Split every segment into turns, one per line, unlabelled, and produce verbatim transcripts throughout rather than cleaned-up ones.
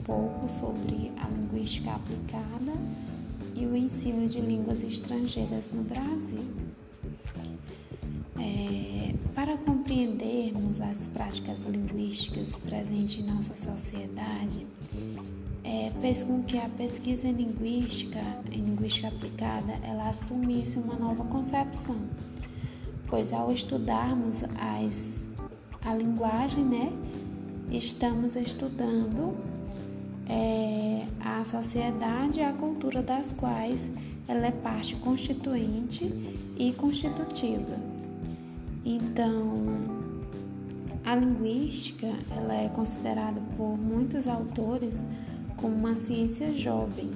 pouco sobre a linguística aplicada e o ensino de línguas estrangeiras no Brasil. É, para compreendermos as práticas linguísticas presentes em nossa sociedade, é, fez com que a pesquisa em linguística, em linguística aplicada, ela assumisse uma nova concepção, pois ao estudarmos as, a linguagem, né, estamos estudando é, a sociedade e a cultura das quais ela é parte constituinte e constitutiva. Então, a linguística ela é considerada por muitos autores como uma ciência jovem.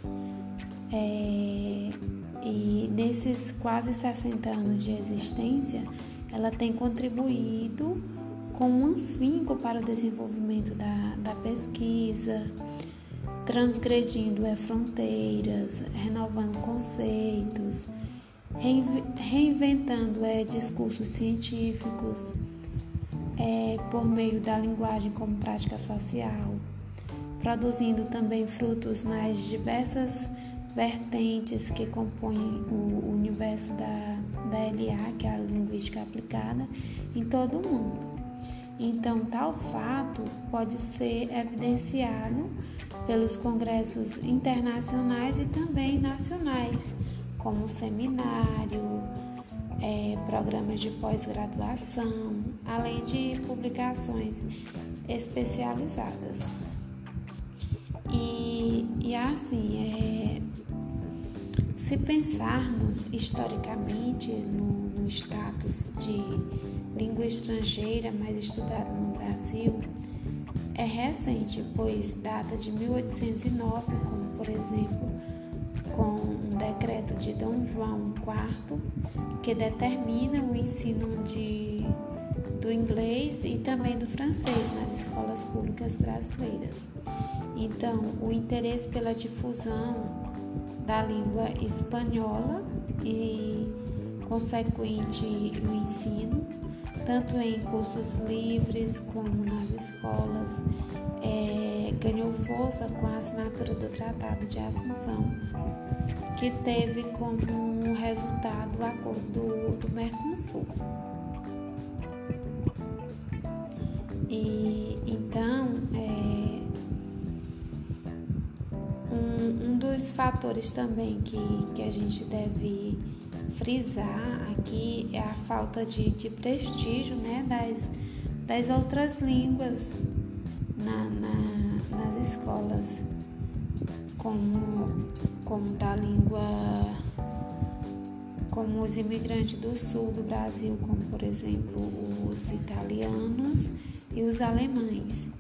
É, e nesses quase sessenta anos de existência, ela tem contribuído com um afinco para o desenvolvimento da, da pesquisa, transgredindo é, fronteiras, renovando conceitos, reinventando é, discursos científicos é, por meio da linguagem como prática social, produzindo também frutos nas diversas vertentes que compõem o universo da, da L A, que é a linguística aplicada, em todo o mundo. Então, tal fato pode ser evidenciado pelos congressos internacionais e também nacionais, como seminário, é, programas de pós-graduação, além de publicações especializadas. E, e assim, é, se pensarmos historicamente no, no status de língua estrangeira mais estudada no Brasil, é recente, pois data de mil oitocentos e nove, como por exemplo, com um decreto de Dom João quarto, que determina o ensino de, do inglês e também do francês nas escolas públicas brasileiras. Então, o interesse pela difusão da língua espanhola e consequente o ensino, tanto em cursos livres como nas escolas, é, ganhou força com a assinatura do Tratado de Assunção, que teve como resultado o acordo do, do Mercosul. E então, é, um, um dos fatores também que, que a gente deve frisar aqui é a falta de, de prestígio, né, das, das outras línguas na, na, nas escolas, como, como da língua, como os imigrantes do sul do Brasil, como por exemplo os italianos e os alemães.